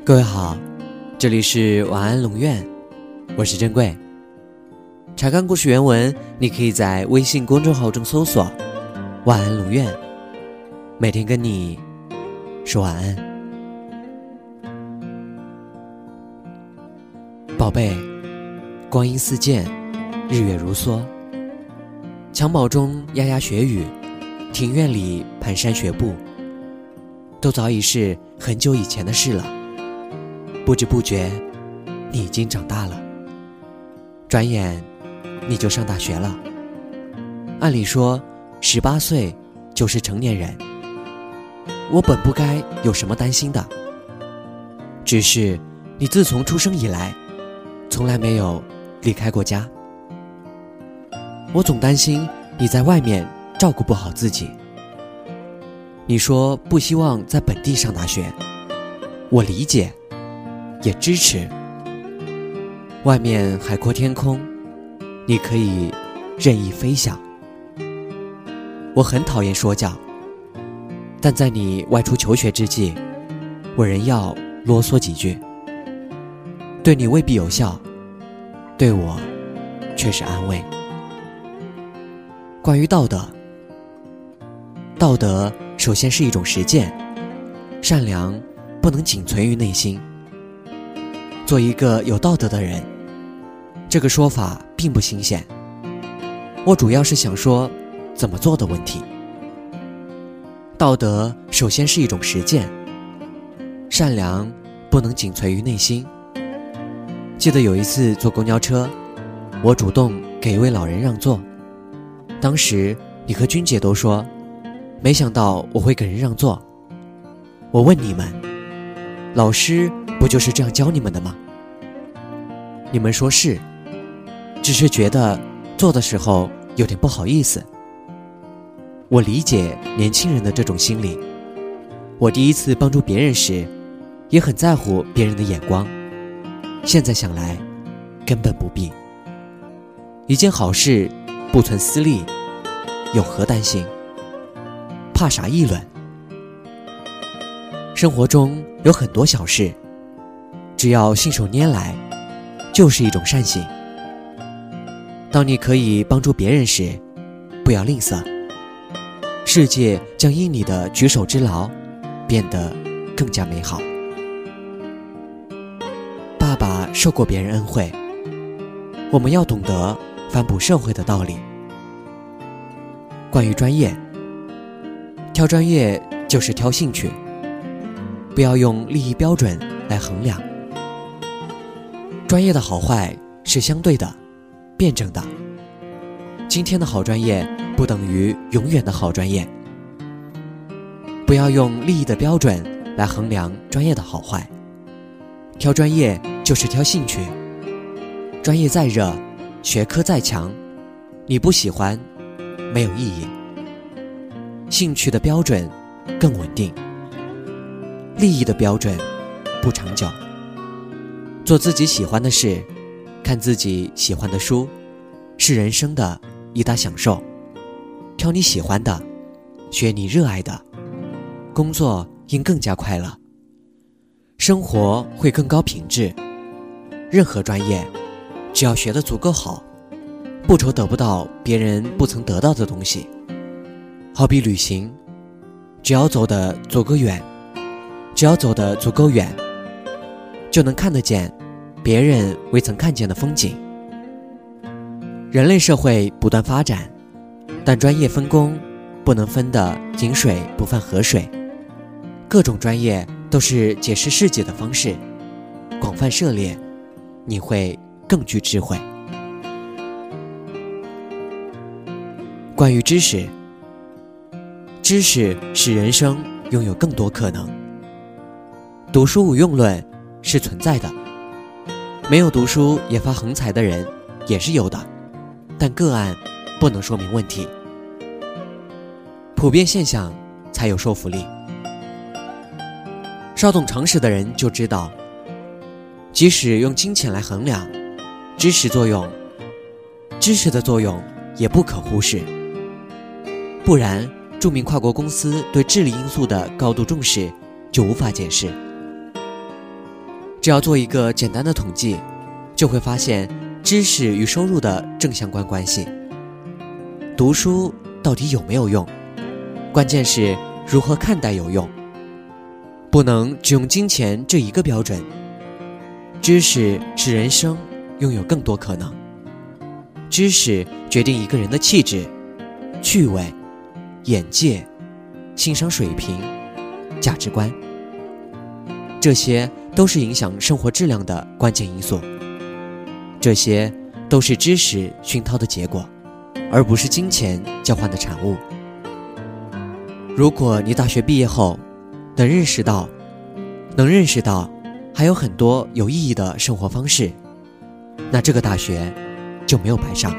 各位好，这里是晚安龙院，我是珍贵。查看故事原文，你可以在微信公众号中搜索晚安龙院，每天跟你说晚安。宝贝，光阴似箭，日月如梭，襁褓中牙牙学语，庭院里蹒跚学步，都早已是很久以前的事了。不知不觉你已经长大了，转眼你就上大学了。按理说18岁就是成年人，我本不该有什么担心的，只是你自从出生以来从来没有离开过家，我总担心你在外面照顾不好自己。你说不希望在本地上大学，我理解也支持。外面海阔天空，你可以任意飞翔。我很讨厌说教，但在你外出求学之际，我仍要啰嗦几句。对你未必有效，对我却是安慰。关于道德，道德首先是一种实践，善良不能仅存于内心。做一个有道德的人，这个说法并不新鲜，我主要是想说怎么做的问题。道德首先是一种实践，善良不能仅存于内心。记得有一次坐公交车，我主动给一位老人让座，当时你和君姐都说没想到我会给人让座。我问你们，老师不就是这样教你们的吗？你们说是，只是觉得做的时候有点不好意思。我理解年轻人的这种心理，我第一次帮助别人时也很在乎别人的眼光，现在想来根本不必。一件好事不存私利，有何担心？怕啥议论？生活中有很多小事，只要信手拈来，就是一种善行。当你可以帮助别人时，不要吝啬，世界将因你的举手之劳变得更加美好。爸爸受过别人恩惠，我们要懂得反哺社会的道理。关于专业，挑专业就是挑兴趣，不要用利益标准来衡量。专业的好坏是相对的、辩证的。今天的好专业不等于永远的好专业。不要用利益的标准来衡量专业的好坏。挑专业就是挑兴趣。专业再热，学科再强，你不喜欢，没有意义。兴趣的标准更稳定，利益的标准不长久。做自己喜欢的事，看自己喜欢的书，是人生的一大享受。挑你喜欢的，学你热爱的，工作应更加快乐，生活会更高品质。任何专业，只要学得足够好，不愁得不到别人不曾得到的东西。好比旅行，只要走得足够远，就能看得见别人未曾看见的风景。人类社会不断发展，但专业分工不能分得井水不犯河水。各种专业都是解释世界的方式，广泛涉猎，你会更具智慧。关于知识，知识使人生拥有更多可能。读书无用论是存在的，没有读书也发横财的人也是有的，但个案不能说明问题，普遍现象才有说服力。稍懂常识的人就知道，即使用金钱来衡量，知识的作用也不可忽视。不然著名跨国公司对智力因素的高度重视就无法解释。 只要做一个简单的统计，就会发现知识与收入的正相关关系。读书到底有没有用？关键是如何看待有用，不能只用金钱这一个标准。知识使人生拥有更多可能，知识决定一个人的气质、趣味、眼界、欣赏水平、价值观，这些都是影响生活质量的关键因素。这些都是知识熏陶的结果，而不是金钱交换的产物。如果你大学毕业后能认识到还有很多有意义的生活方式，那这个大学就没有白上。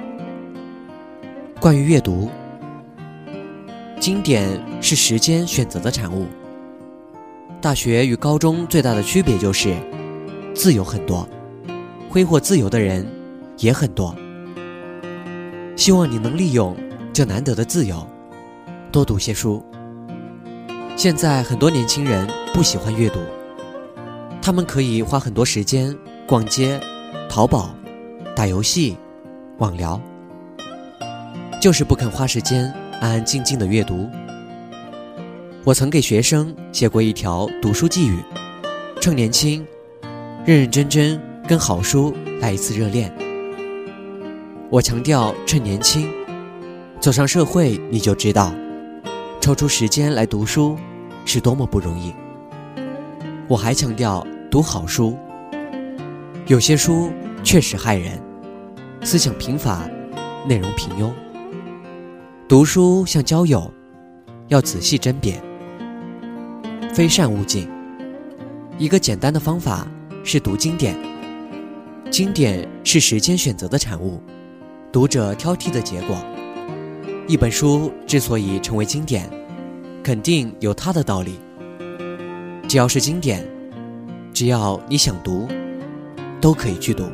关于阅读，经典是时间选择的产物。大学与高中最大的区别就是自由很多，挥霍自由的人也很多。希望你能利用这难得的自由，多读些书。现在很多年轻人不喜欢阅读，他们可以花很多时间逛街、淘宝、打游戏、网聊，就是不肯花时间安安静静的阅读。我曾给学生写过一条读书寄语：趁年轻，认认真真跟好书来一次热恋。我强调趁年轻，走上社会你就知道，抽出时间来读书是多么不容易。我还强调读好书，有些书确实害人，思想贫乏，内容平庸。读书像交友，要仔细甄别，非善勿近。一个简单的方法是读经典，经典是时间选择的产物，读者挑剔的结果。一本书之所以成为经典，肯定有它的道理。只要是经典，只要你想读，都可以去读。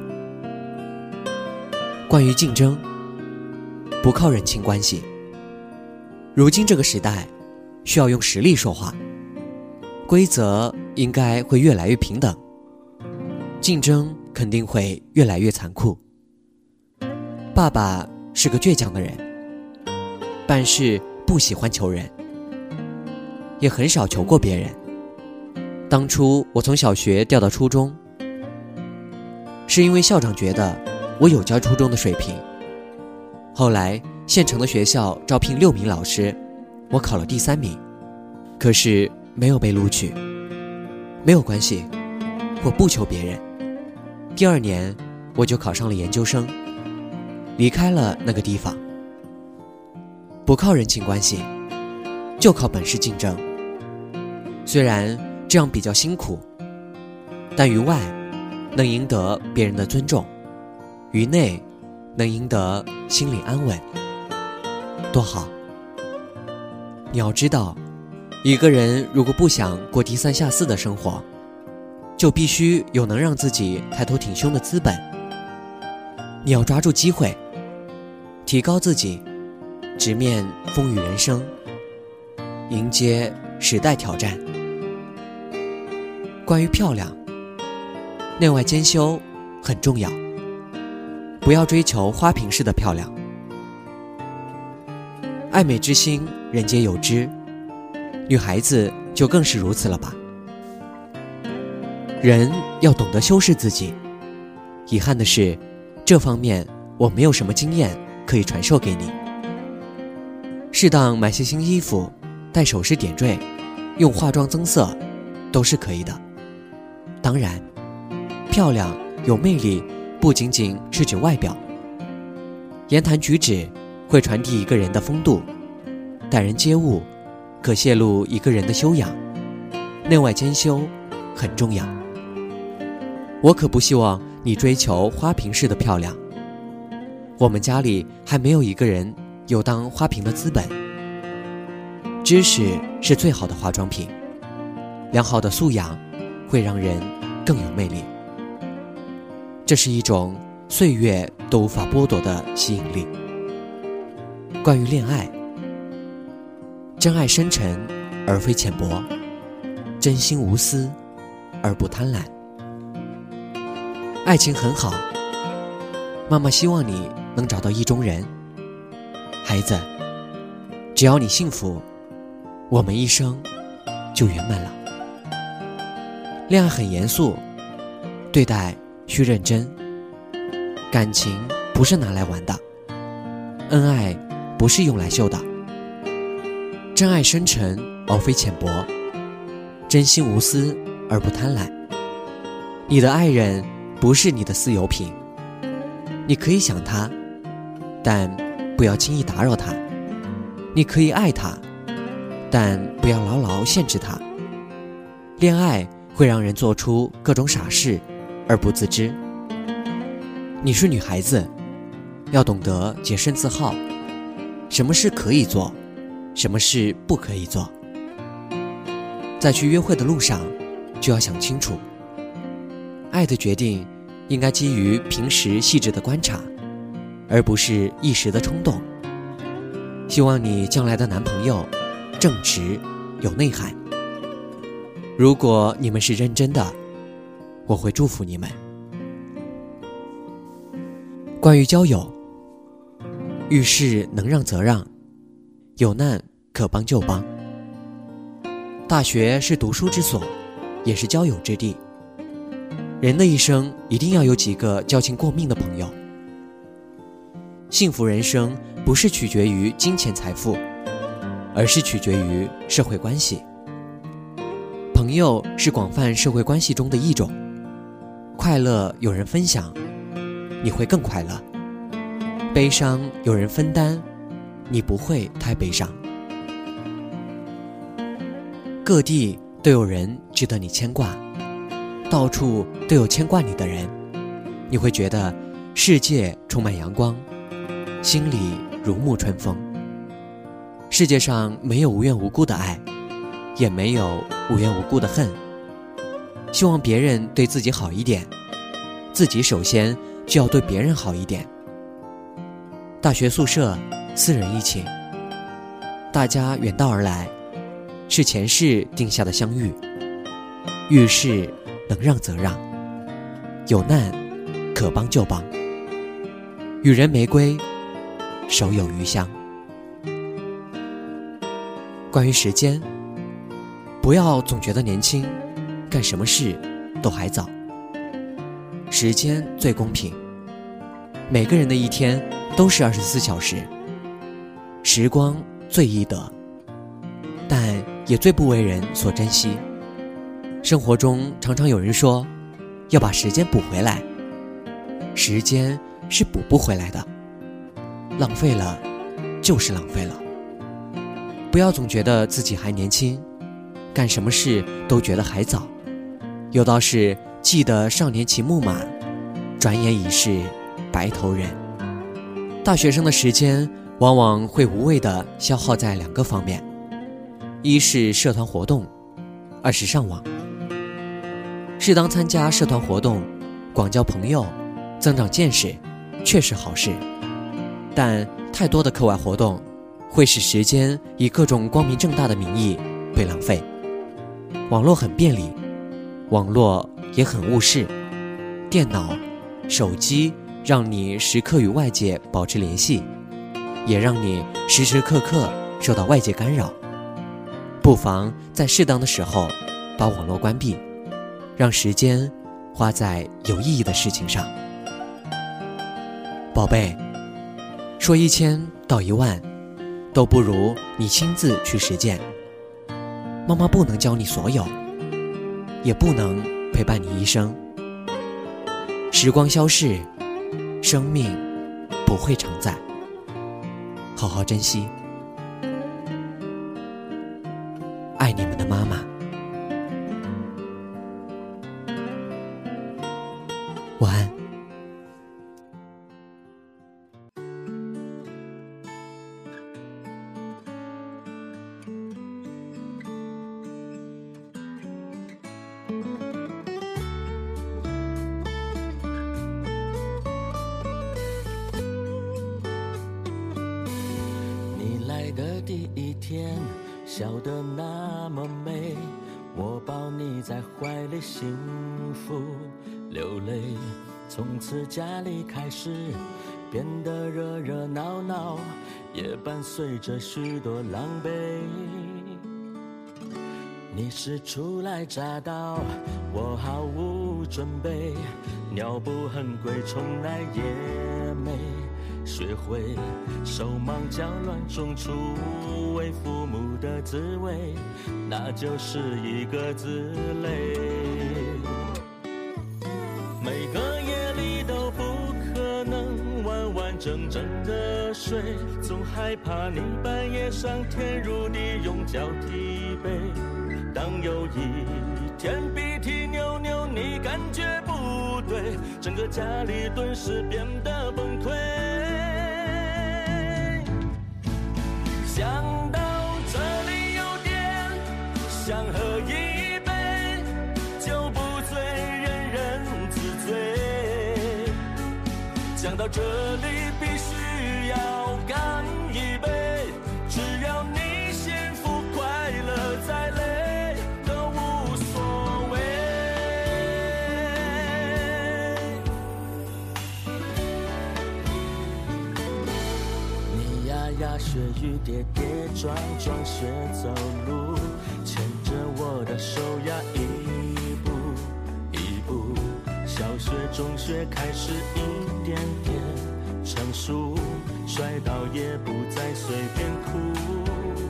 关于竞争，不靠人情关系。如今这个时代，需要用实力说话，规则应该会越来越平等，竞争肯定会越来越残酷。爸爸是个倔强的人，办事不喜欢求人，也很少求过别人。当初我从小学调到初中，是因为校长觉得我有教初中的水平。后来县城的学校招聘6名老师，我考了第3名，可是没有被录取。没有关系，我不求别人。第2年我就考上了研究生，离开了那个地方。不靠人情关系，就靠本事竞争。虽然这样比较辛苦，但于外能赢得别人的尊重，于内能赢得心里安稳，多好。你要知道，一个人如果不想过低三下四的生活，就必须有能让自己抬头挺胸的资本。你要抓住机会，提高自己，直面风雨人生，迎接时代挑战。关于漂亮，内外兼修很重要，不要追求花瓶式的漂亮。爱美之心，人皆有之，女孩子就更是如此了吧。人要懂得修饰自己，遗憾的是，这方面我没有什么经验可以传授给你。适当买些新衣服，戴首饰点缀，用化妆增色，都是可以的。当然，漂亮有魅力不仅仅是指外表，言谈举止会传递一个人的风度，待人接物可泄露一个人的修养，内外兼修很重要。我可不希望你追求花瓶式的漂亮，我们家里还没有一个人有当花瓶的资本。知识是最好的化妆品，良好的素养会让人更有魅力，这是一种岁月都无法剥夺的吸引力。关于恋爱，真爱深沉而非浅薄，真心无私而不贪婪。 爱情很好，妈妈希望你能找到意中人。孩子，只要你幸福，我们一生就圆满了。恋爱很严肃，对待需认真，感情不是拿来玩的，恩爱不是用来秀的。真爱深沉而非浅薄，真心无私而不贪婪。你的爱人不是你的私有品，你可以想他，但不要轻易打扰他。你可以爱他，但不要牢牢限制他。恋爱会让人做出各种傻事而不自知。你是女孩子，要懂得洁身自好，什么事可以做，什么事不可以做。在去约会的路上，就要想清楚，爱的决定应该基于平时细致的观察，而不是一时的冲动。希望你将来的男朋友正直有内涵。如果你们是认真的，我会祝福你们。关于交友，遇事能让则让，有难可帮就帮。大学是读书之所，也是交友之地。人的一生一定要有几个交情过命的朋友。幸福人生不是取决于金钱财富，而是取决于社会关系。朋友是广泛社会关系中的一种，快乐有人分享，你会更快乐；悲伤有人分担，你不会太悲伤。各地都有人值得你牵挂，到处都有牵挂你的人，你会觉得世界充满阳光，心里如沐春风。世界上没有无缘无故的爱，也没有无缘无故的恨。希望别人对自己好一点，自己首先就要对别人好一点。大学宿舍4人一寝，大家远道而来，是前世定下的相遇。遇事能让则让，有难可帮就帮。予人玫瑰，手有余香。关于时间，不要总觉得年轻，干什么事都还早。时间最公平，每个人的一天都是24小时。时光最易得，但也最不为人所珍惜。生活中常常有人说要把时间补回来，时间是补不回来的，浪费了就是浪费了。不要总觉得自己还年轻，干什么事都觉得还早。有道是记得少年骑木马，转眼已是白头人。大学生的时间往往会无谓地消耗在2个方面，一是社团活动，二是上网。适当参加社团活动，广交朋友，增长见识，确是好事。但太多的课外活动会使时间以各种光明正大的名义被浪费。网络很便利，网络也很误事。电脑、手机让你时刻与外界保持联系，也让你时时刻刻受到外界干扰。不妨在适当的时候把网络关闭，让时间花在有意义的事情上。宝贝，说1000到1万都不如你亲自去实践。妈妈不能教你所有，也不能陪伴你一生。时光消逝，生命不会常在，好好珍惜。爱你们的妈妈。晚安。 你来的第一天，笑得那么美，我抱你在怀里，幸福流泪。 从此家里开始变得热热闹闹，也伴随着许多狼狈。你是初来乍到，我毫无准备，尿布很贵，从来也没学会手忙脚乱中处为父母的滋味，那就是一个字累。每个夜里都不可能完完整整的睡，总害怕你半夜上天入地用脚踢背。当有一天鼻涕扭扭，你感觉不对，整个家里顿时变得崩溃。想到这里有点想喝一杯，酒不醉人人自醉。讲到这里必须要干一杯，只要你幸福快乐再累都无所谓。你牙牙学语跌跌撞撞学走路，牵着我的手呀一步一步，小学中学开始一点点成熟，摔倒也不再随便哭。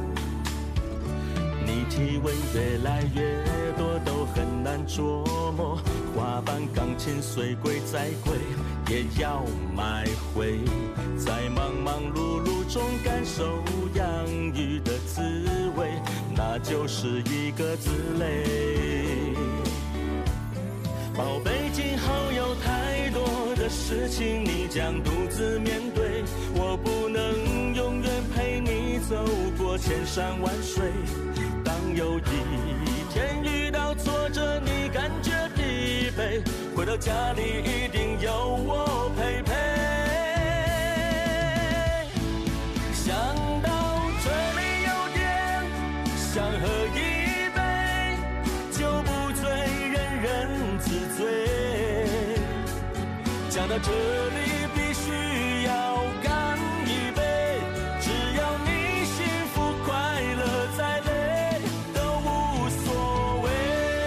你体味越来越多，都很难琢磨，滑板钢琴虽贵再贵也要买回，在忙忙碌碌中感受养育的滋味，那就是一个字累。宝贝，今后有太多的事情你将独自面对，我不能永远陪你走过千山万水。当有一天遇到挫折，你感觉疲惫，回到家里一定有我陪陪。想到这里有点想喝一杯，酒不醉人人自醉。讲到这里必须要干一杯，只要你幸福快乐再累都无所谓。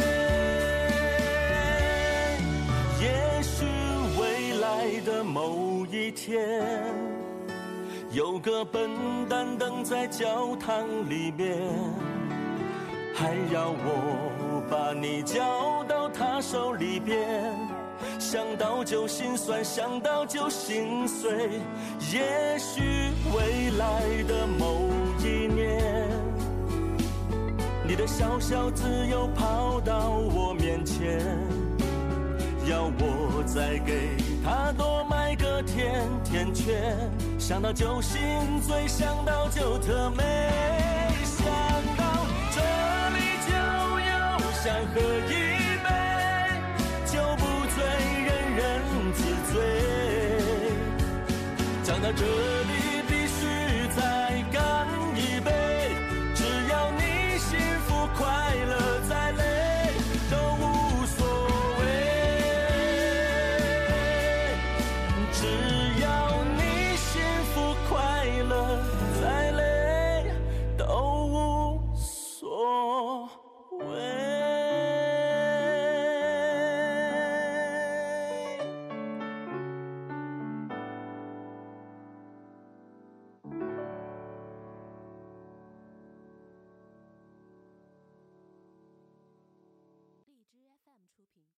也许未来的某一天，有个笨蛋等在教堂里面，还要我把你交到他手里边。想到就心酸，想到就心碎。也许未来的某一年，你的小小子又跑到我面前，要我再给他多买个甜甜圈。想到就心醉，想到就特美，想到这里就有想喝一杯，酒不醉人人自醉。讲到这里必须再干一杯，只要你幸福快乐再累都无所谓。只要你幸福快乐再累都无所谓。 荔枝 FM 出品。